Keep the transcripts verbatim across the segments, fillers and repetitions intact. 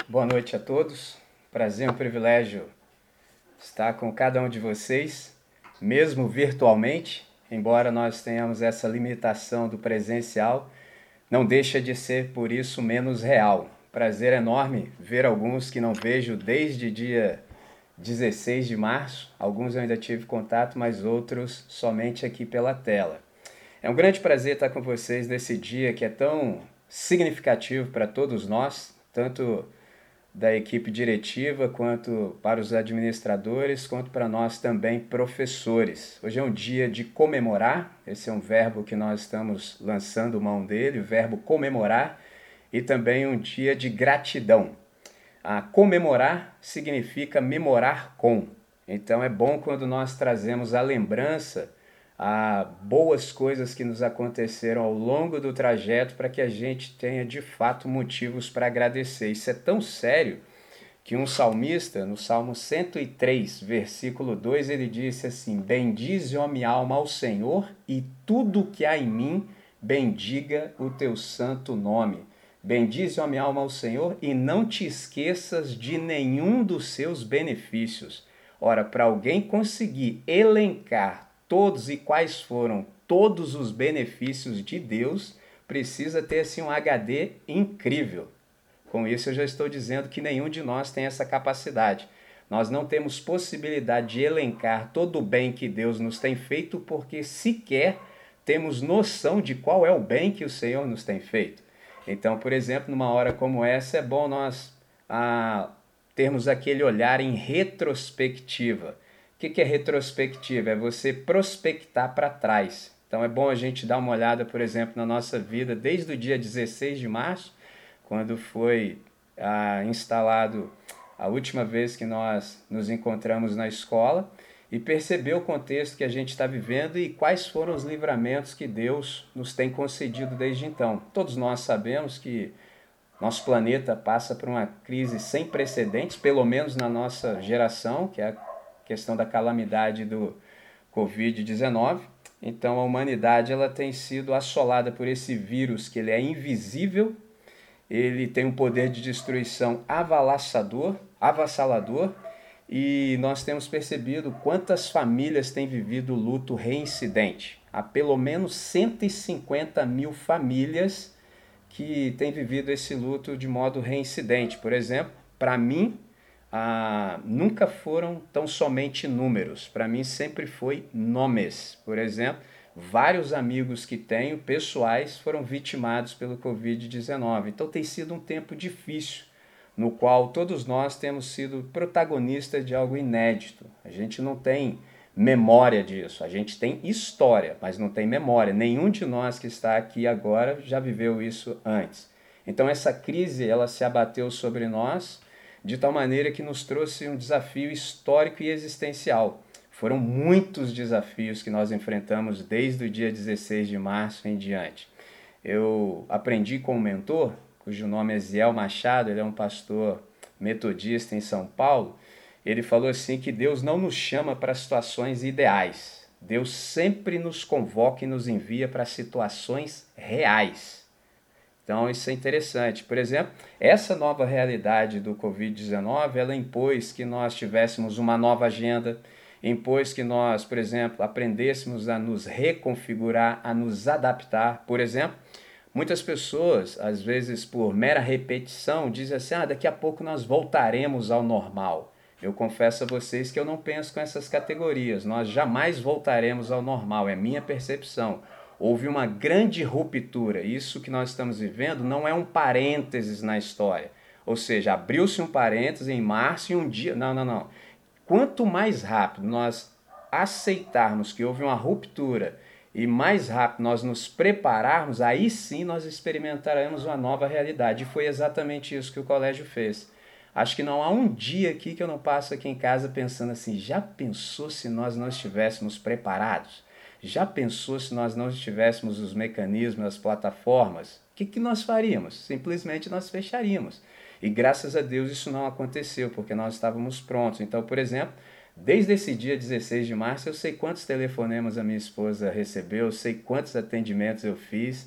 Boa noite a todos. Prazer, um privilégio estar com cada um de vocês, mesmo virtualmente, embora nós tenhamos essa limitação do presencial, não deixa de ser por isso menos real. Prazer enorme ver alguns que não vejo desde dia dezesseis de março. Alguns eu ainda tive contato, mas outros somente aqui pela tela. É um grande prazer estar com vocês nesse dia que é tão significativo para todos nós, tanto da equipe diretiva, quanto para os administradores, quanto para nós também professores. Hoje é um dia de comemorar, esse é um verbo que nós estamos lançando mão dele, o verbo comemorar, e também um dia de gratidão. A comemorar significa memorar com. Então é bom quando nós trazemos a lembrança a boas coisas que nos aconteceram ao longo do trajeto para que a gente tenha de fato motivos para agradecer. Isso é tão sério que um salmista, no Salmo cento e três, versículo dois, ele disse assim: bendize, ó minha alma, ao Senhor, e tudo que há em mim, bendiga o teu santo nome. Bendize, ó minha alma, ao Senhor, e não te esqueças de nenhum dos seus benefícios. Ora, para alguém conseguir elencar todos e quais foram todos os benefícios de Deus, precisa ter assim um H D incrível. Com isso eu já estou dizendo que nenhum de nós tem essa capacidade. Nós não temos possibilidade de elencar todo o bem que Deus nos tem feito, porque sequer temos noção de qual é o bem que o Senhor nos tem feito. Então, por exemplo, numa hora como essa, é bom nós ah, termos aquele olhar em retrospectiva. O que é retrospectiva? É você prospectar para trás. Então é bom a gente dar uma olhada, por exemplo, na nossa vida desde o dia dezesseis de março, quando foi ah, instalado a última vez que nós nos encontramos na escola, e perceber o contexto que a gente está vivendo e quais foram os livramentos que Deus nos tem concedido desde então. Todos nós sabemos que nosso planeta passa por uma crise sem precedentes, pelo menos na nossa geração, que é a questão da calamidade do covid dezenove. Então a humanidade ela tem sido assolada por esse vírus que ele é invisível, ele tem um poder de destruição avassalador, avassalador, e nós temos percebido quantas famílias têm vivido luto reincidente. Há pelo menos cento e cinquenta mil famílias que têm vivido esse luto de modo reincidente. Por exemplo, para mim, ah, nunca foram tão somente números. Para mim sempre foi nomes. Por exemplo, vários amigos que tenho, pessoais, foram vitimados pelo covid dezenove. Então tem sido um tempo difícil, no qual todos nós temos sido protagonistas de algo inédito. A gente não tem memória disso, a gente tem história, mas não tem memória. Nenhum de nós que está aqui agora já viveu isso antes. Então essa crise ela se abateu sobre nós de tal maneira que nos trouxe um desafio histórico e existencial. Foram muitos desafios que nós enfrentamos desde o dia dezesseis de março em diante. Eu aprendi com um mentor, cujo nome é Ziel Machado, ele é um pastor metodista em São Paulo. Ele falou assim que Deus não nos chama para situações ideais. Deus sempre nos convoca e nos envia para situações reais. Então isso é interessante. Por exemplo, essa nova realidade do covid dezenove, ela impôs que nós tivéssemos uma nova agenda, impôs que nós, por exemplo, aprendêssemos a nos reconfigurar, a nos adaptar. Por exemplo, muitas pessoas, às vezes por mera repetição, dizem assim, ah, daqui a pouco nós voltaremos ao normal. Eu confesso a vocês que eu não penso com essas categorias, nós jamais voltaremos ao normal, é minha percepção. Houve uma grande ruptura, isso que nós estamos vivendo não é um parênteses na história. Ou seja, abriu-se um parênteses em março e um dia... Não, não, não. Quanto mais rápido nós aceitarmos que houve uma ruptura e mais rápido nós nos prepararmos, aí sim nós experimentaremos uma nova realidade. E foi exatamente isso que o colégio fez. Acho que não há um dia aqui que eu não passo aqui em casa pensando assim, já pensou se nós não estivéssemos preparados? Já pensou se nós não tivéssemos os mecanismos, as plataformas? O que, que nós faríamos? Simplesmente nós fecharíamos. E graças a Deus isso não aconteceu, porque nós estávamos prontos. Então, por exemplo, desde esse dia dezesseis de março, eu sei quantos telefonemas a minha esposa recebeu, eu sei quantos atendimentos eu fiz.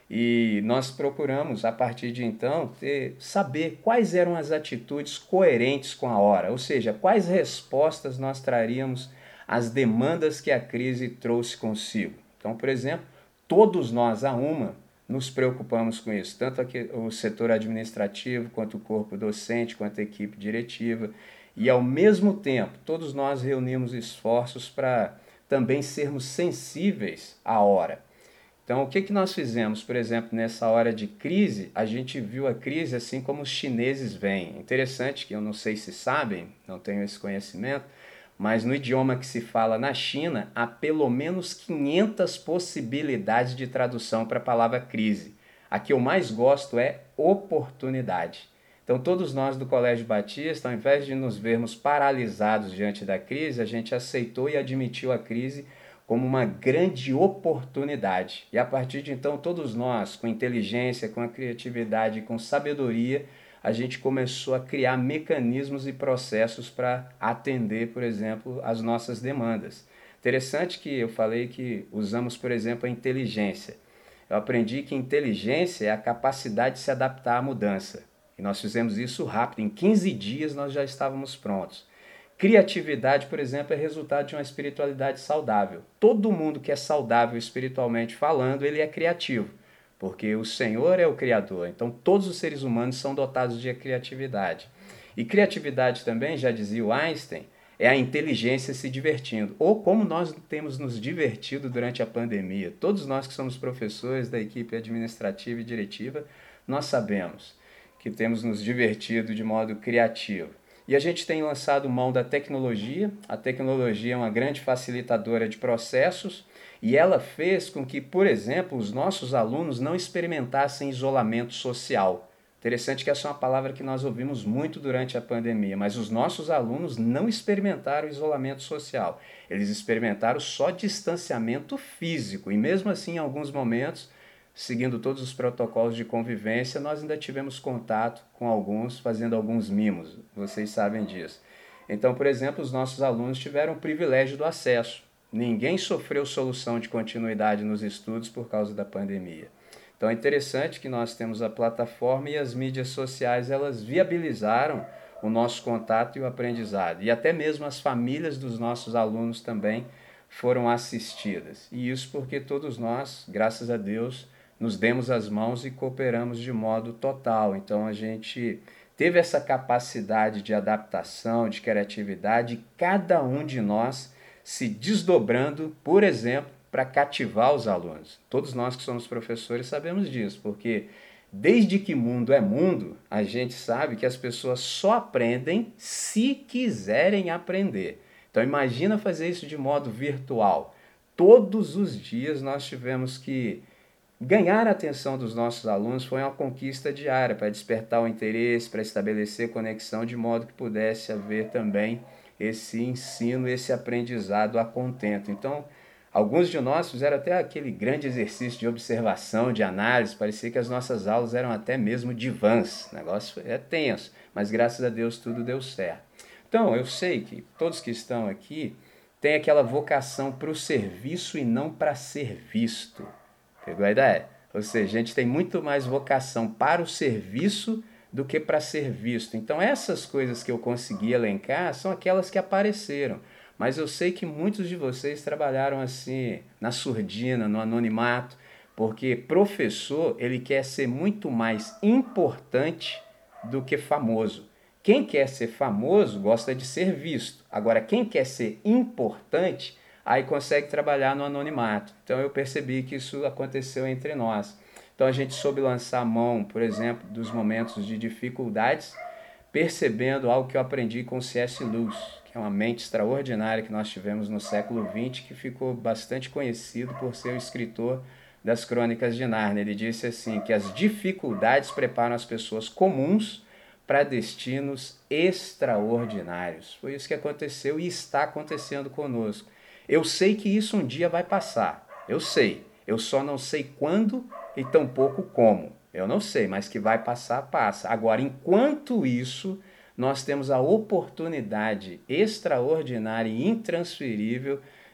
E nós procuramos, a partir de então, ter, saber quais eram as atitudes coerentes com a hora, ou seja, quais respostas nós traríamos às demandas que a crise trouxe consigo. Então, por exemplo, todos nós, a uma, nos preocupamos com isso, tanto aqui, o setor administrativo, quanto o corpo docente, quanto a equipe diretiva, e ao mesmo tempo, todos nós reunimos esforços para também sermos sensíveis à hora. Então, o que, que nós fizemos, por exemplo, nessa hora de crise? A gente viu a crise assim como os chineses veem. Interessante que eu não sei se sabem, não tenho esse conhecimento, mas no idioma que se fala na China, há pelo menos quinhentas possibilidades de tradução para a palavra crise. A que eu mais gosto é oportunidade. Então, todos nós do Colégio Batista, ao invés de nos vermos paralisados diante da crise, a gente aceitou e admitiu a crise como uma grande oportunidade. E a partir de então, todos nós, com inteligência, com a criatividade, com sabedoria, a gente começou a criar mecanismos e processos para atender, por exemplo, as nossas demandas. Interessante que eu falei que usamos, por exemplo, a inteligência. Eu aprendi que inteligência é a capacidade de se adaptar à mudança. E nós fizemos isso rápido. Em quinze dias nós já estávamos prontos. Criatividade, por exemplo, é resultado de uma espiritualidade saudável. Todo mundo que é saudável espiritualmente falando, ele é criativo, porque o Senhor é o Criador. Então, todos os seres humanos são dotados de criatividade. E criatividade também, já dizia o Einstein, é a inteligência se divertindo. Ou como nós temos nos divertido durante a pandemia. Todos nós que somos professores da equipe administrativa e diretiva, nós sabemos que temos nos divertido de modo criativo. E a gente tem lançado mão da tecnologia. A tecnologia é uma grande facilitadora de processos e ela fez com que, por exemplo, os nossos alunos não experimentassem isolamento social. Interessante que essa é uma palavra que nós ouvimos muito durante a pandemia, mas os nossos alunos não experimentaram isolamento social. Eles experimentaram só distanciamento físico e mesmo assim, em alguns momentos, seguindo todos os protocolos de convivência, nós ainda tivemos contato com alguns, fazendo alguns mimos, vocês sabem disso. Então, por exemplo, os nossos alunos tiveram o privilégio do acesso. Ninguém sofreu solução de continuidade nos estudos por causa da pandemia. Então é interessante que nós temos a plataforma e as mídias sociais, elas viabilizaram o nosso contato e o aprendizado. E até mesmo as famílias dos nossos alunos também foram assistidas. E isso porque todos nós, graças a Deus, nos demos as mãos e cooperamos de modo total. Então a gente teve essa capacidade de adaptação, de criatividade, cada um de nós se desdobrando, por exemplo, para cativar os alunos. Todos nós que somos professores sabemos disso, porque desde que mundo é mundo, a gente sabe que as pessoas só aprendem se quiserem aprender. Então imagina fazer isso de modo virtual. Todos os dias nós tivemos que ganhar a atenção dos nossos alunos. Foi uma conquista diária para despertar o interesse, para estabelecer conexão, de modo que pudesse haver também esse ensino, esse aprendizado a contento. Então, alguns de nós fizeram até aquele grande exercício de observação, de análise, parecia que as nossas aulas eram até mesmo divãs, o negócio é tenso, mas graças a Deus tudo deu certo. Então, eu sei que todos que estão aqui têm aquela vocação para o serviço e não para ser visto. Pegou a ideia? Ou seja, a gente tem muito mais vocação para o serviço do que para ser visto. Então essas coisas que eu consegui elencar são aquelas que apareceram. Mas eu sei que muitos de vocês trabalharam assim, na surdina, no anonimato, porque professor, ele quer ser muito mais importante do que famoso. Quem quer ser famoso gosta de ser visto. Agora, quem quer ser importante, aí consegue trabalhar no anonimato. Então eu percebi que isso aconteceu entre nós. Então a gente soube lançar a mão, por exemplo, dos momentos de dificuldades, percebendo algo que eu aprendi com C S Lewis, que é uma mente extraordinária que nós tivemos no século vinte, que ficou bastante conhecido por ser o escritor das Crônicas de Nárnia. Ele disse assim, que as dificuldades preparam as pessoas comuns para destinos extraordinários. Foi isso que aconteceu e está acontecendo conosco. Eu sei que isso um dia vai passar, eu sei, eu só não sei quando e tampouco como. Eu não sei, mas que vai passar, passa. Agora, enquanto isso, nós temos a oportunidade extraordinária e intransferível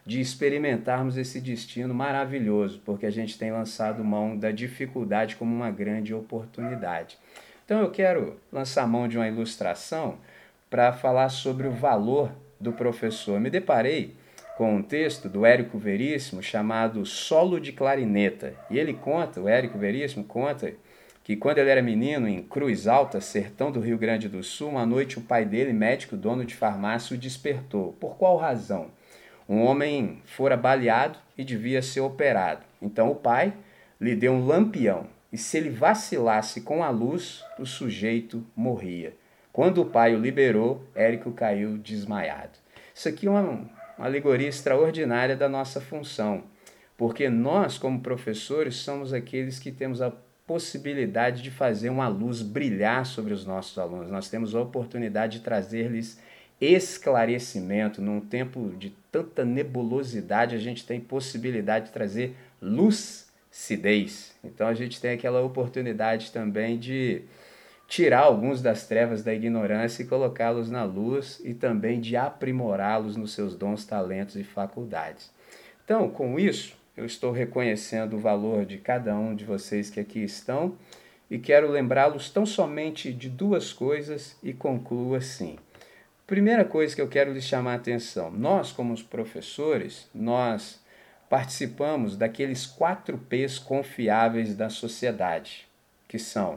de experimentarmos esse destino maravilhoso, porque a gente tem lançado mão da dificuldade como uma grande oportunidade. Então eu quero lançar mão de uma ilustração para falar sobre o valor do professor. Me deparei com um texto do Érico Veríssimo chamado Solo de Clarineta. E ele conta, o Érico Veríssimo conta, que quando ele era menino, em Cruz Alta, sertão do Rio Grande do Sul, uma noite o pai dele, médico, dono de farmácia, o despertou. Por qual razão? Um homem fora baleado e devia ser operado. Então o pai lhe deu um lampião, e se ele vacilasse com a luz, o sujeito morria. Quando o pai o liberou, Érico caiu desmaiado. Isso aqui é uma, uma alegoria extraordinária da nossa função, porque nós, como professores, somos aqueles que temos a possibilidade de fazer uma luz brilhar sobre os nossos alunos. Nós temos a oportunidade de trazer-lhes esclarecimento. Num tempo de tanta nebulosidade, a gente tem possibilidade de trazer lucidez. Então a gente tem aquela oportunidade também de tirar alguns das trevas da ignorância e colocá-los na luz, e também de aprimorá-los nos seus dons, talentos e faculdades. Então, com isso, eu estou reconhecendo o valor de cada um de vocês que aqui estão e quero lembrá-los tão somente de duas coisas e concluo assim. Primeira coisa que eu quero lhes chamar a atenção: nós, como os professores, nós participamos daqueles quatro P's confiáveis da sociedade, que são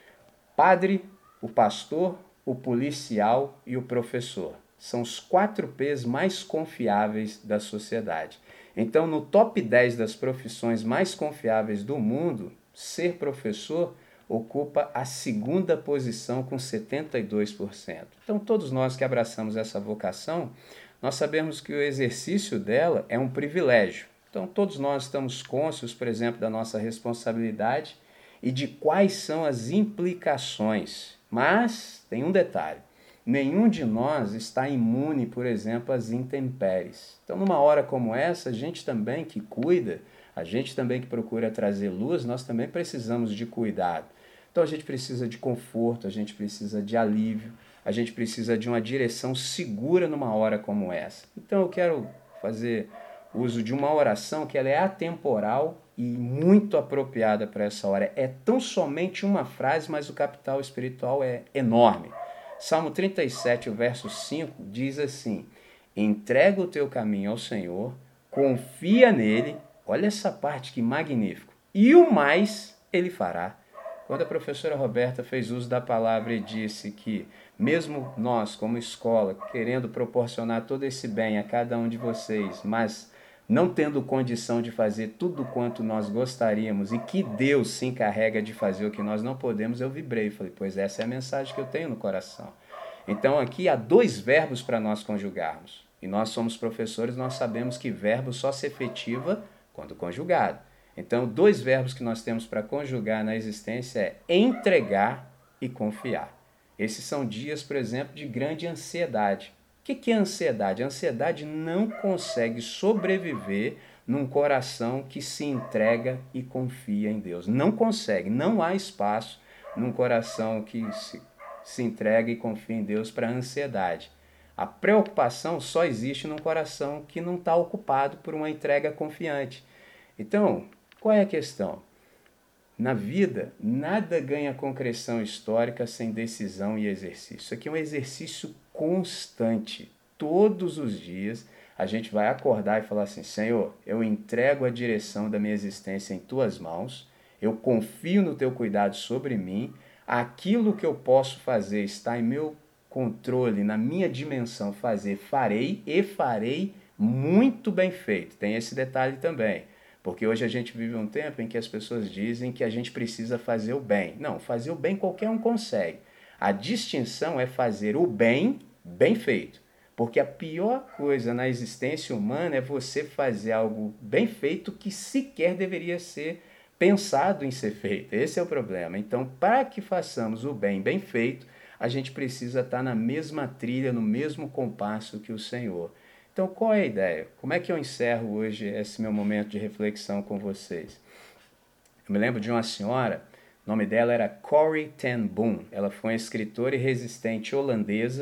padre, o pastor, o policial e o professor. São os quatro P's mais confiáveis da sociedade. Então, no top dez das profissões mais confiáveis do mundo, ser professor ocupa a segunda posição com setenta e dois por cento. Então, todos nós que abraçamos essa vocação, nós sabemos que o exercício dela é um privilégio. Então, todos nós estamos conscientes, por exemplo, da nossa responsabilidade e de quais são as implicações. Mas tem um detalhe: nenhum de nós está imune, por exemplo, às intempéries. Então, numa hora como essa, a gente também que cuida, a gente também que procura trazer luz, nós também precisamos de cuidado. Então, a gente precisa de conforto, a gente precisa de alívio, a gente precisa de uma direção segura numa hora como essa. Então, eu quero fazer uso de uma oração que ela é atemporal e muito apropriada para essa hora. É tão somente uma frase, mas o capital espiritual é enorme. Salmo trinta e sete, o verso cinco, diz assim: entrega o teu caminho ao Senhor, confia nele, olha essa parte que magnífico, e o mais ele fará. Quando a professora Roberta fez uso da palavra e disse que mesmo nós, como escola, querendo proporcionar todo esse bem a cada um de vocês, mas não tendo condição de fazer tudo quanto nós gostaríamos e que Deus se encarrega de fazer o que nós não podemos, eu vibrei. Falei, pois essa é a mensagem que eu tenho no coração. Então aqui há dois verbos para nós conjugarmos. E nós somos professores, nós sabemos que verbo só se efetiva quando conjugado. Então, dois verbos que nós temos para conjugar na existência é entregar e confiar. Esses são dias, por exemplo, de grande ansiedade. O que é ansiedade? A ansiedade não consegue sobreviver num coração que se entrega e confia em Deus. Não consegue, não há espaço num coração que se, se entrega e confia em Deus para a ansiedade. A preocupação só existe num coração que não está ocupado por uma entrega confiante. Então, qual é a questão? Na vida, nada ganha concreção histórica sem decisão e exercício. Isso aqui é um exercício constante. Todos os dias a gente vai acordar e falar assim: Senhor, eu entrego a direção da minha existência em Tuas mãos, eu confio no Teu cuidado sobre mim, aquilo que eu posso fazer está em meu controle, na minha dimensão fazer, farei e farei muito bem feito. Tem esse detalhe também. Porque hoje a gente vive um tempo em que as pessoas dizem que a gente precisa fazer o bem. Não, fazer o bem qualquer um consegue. A distinção é fazer o bem, bem feito. Porque a pior coisa na existência humana é você fazer algo bem feito que sequer deveria ser pensado em ser feito. Esse é o problema. Então, para que façamos o bem bem feito, a gente precisa estar na mesma trilha, no mesmo compasso que o Senhor. Então, qual é a ideia? Como é que eu encerro hoje esse meu momento de reflexão com vocês? Eu me lembro de uma senhora, o nome dela era Corrie ten Boom. Ela foi uma escritora e resistente holandesa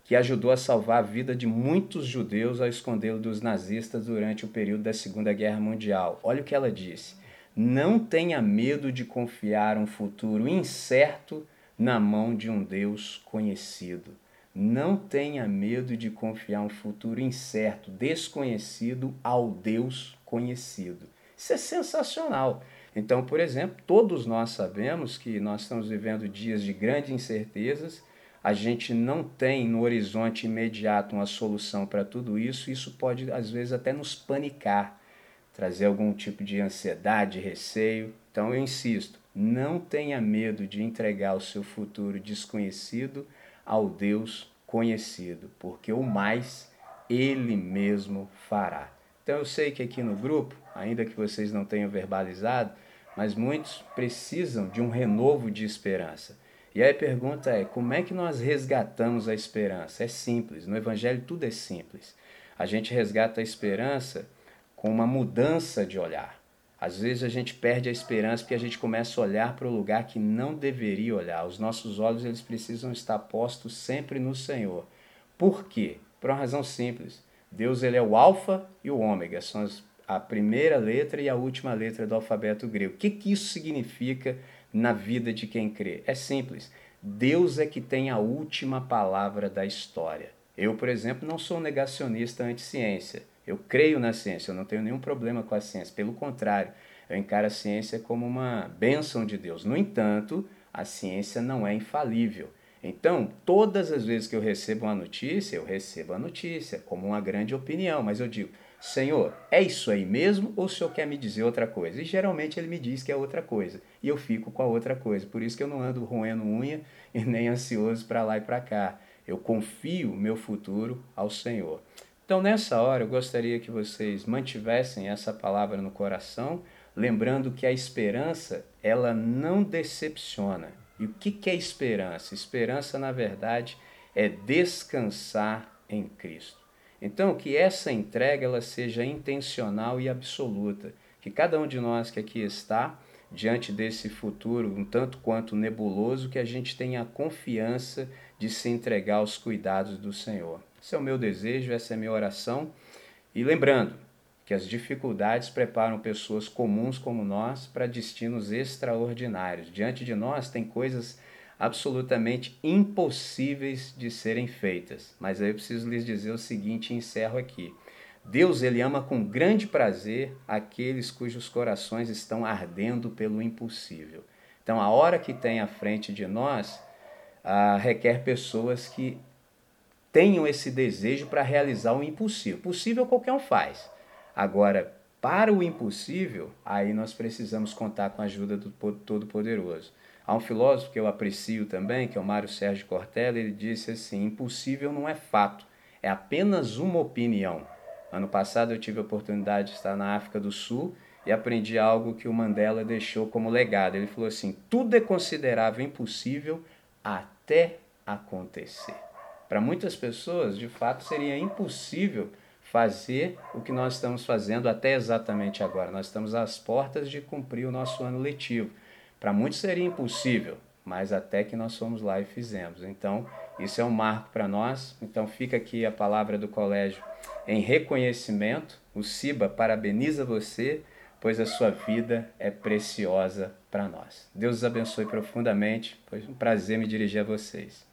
que ajudou a salvar a vida de muitos judeus ao escondê-lo dos nazistas durante o período da Segunda Guerra Mundial. Olha o que ela disse: não tenha medo de confiar um futuro incerto na mão de um Deus conhecido. Não tenha medo de confiar um futuro incerto, desconhecido ao Deus conhecido. Isso é sensacional. Então, por exemplo, todos nós sabemos que nós estamos vivendo dias de grandes incertezas, a gente não tem no horizonte imediato uma solução para tudo isso, isso pode às vezes até nos panicar, trazer algum tipo de ansiedade, receio. Então eu insisto, não tenha medo de entregar o seu futuro desconhecido ao Deus conhecido, porque o mais Ele mesmo fará. Então eu sei que aqui no grupo, ainda que vocês não tenham verbalizado, mas muitos precisam de um renovo de esperança. E aí a pergunta é, como é que nós resgatamos a esperança? É simples, no Evangelho tudo é simples. A gente resgata a esperança com uma mudança de olhar. Às vezes a gente perde a esperança porque a gente começa a olhar para o lugar que não deveria olhar. Os nossos olhos eles precisam estar postos sempre no Senhor. Por quê? Por uma razão simples. Deus ele é o alfa e o ômega, são as, a primeira letra e a última letra do alfabeto grego. O que, que isso significa na vida de quem crê? É simples. Deus é que tem a última palavra da história. Eu, por exemplo, não sou negacionista anti-ciência. Eu creio na ciência, eu não tenho nenhum problema com a ciência. Pelo contrário, eu encaro a ciência como uma bênção de Deus. No entanto, a ciência não é infalível. Então, todas as vezes que eu recebo uma notícia, eu recebo a notícia como uma grande opinião, mas eu digo, Senhor, é isso aí mesmo ou o Senhor quer me dizer outra coisa? E geralmente ele me diz que é outra coisa, e eu fico com a outra coisa. Por isso que eu não ando roendo unha e nem ansioso para lá e para cá. Eu confio o meu futuro ao Senhor. Então, nessa hora, eu gostaria que vocês mantivessem essa palavra no coração, lembrando que a esperança, ela não decepciona. E o que é esperança? Esperança, na verdade, é descansar em Cristo. Então, que essa entrega ela seja intencional e absoluta. Que cada um de nós que aqui está, diante desse futuro um tanto quanto nebuloso, que a gente tenha a confiança de se entregar aos cuidados do Senhor. Esse é o meu desejo, essa é a minha oração. E lembrando que as dificuldades preparam pessoas comuns como nós para destinos extraordinários. Diante de nós tem coisas absolutamente impossíveis de serem feitas. Mas aí eu preciso lhes dizer o seguinte e encerro aqui. Deus ele ama com grande prazer aqueles cujos corações estão ardendo pelo impossível. Então a hora que tem à frente de nós ah, requer pessoas que tenham esse desejo para realizar o impossível. Possível qualquer um faz. Agora, para o impossível, aí nós precisamos contar com a ajuda do Todo-Poderoso. Há um filósofo que eu aprecio também, que é o Mário Sérgio Cortella, ele disse assim, impossível não é fato, é apenas uma opinião. Ano passado eu tive a oportunidade de estar na África do Sul e aprendi algo que o Mandela deixou como legado. Ele falou assim, tudo é considerável impossível até acontecer. Para muitas pessoas, de fato, seria impossível fazer o que nós estamos fazendo até exatamente agora. Nós estamos às portas de cumprir o nosso ano letivo. Para muitos seria impossível, mas até que nós fomos lá e fizemos. Então, isso é um marco para nós. Então, fica aqui a palavra do colégio em reconhecimento. O SIBA parabeniza você, pois a sua vida é preciosa para nós. Deus os abençoe profundamente. Foi um prazer me dirigir a vocês.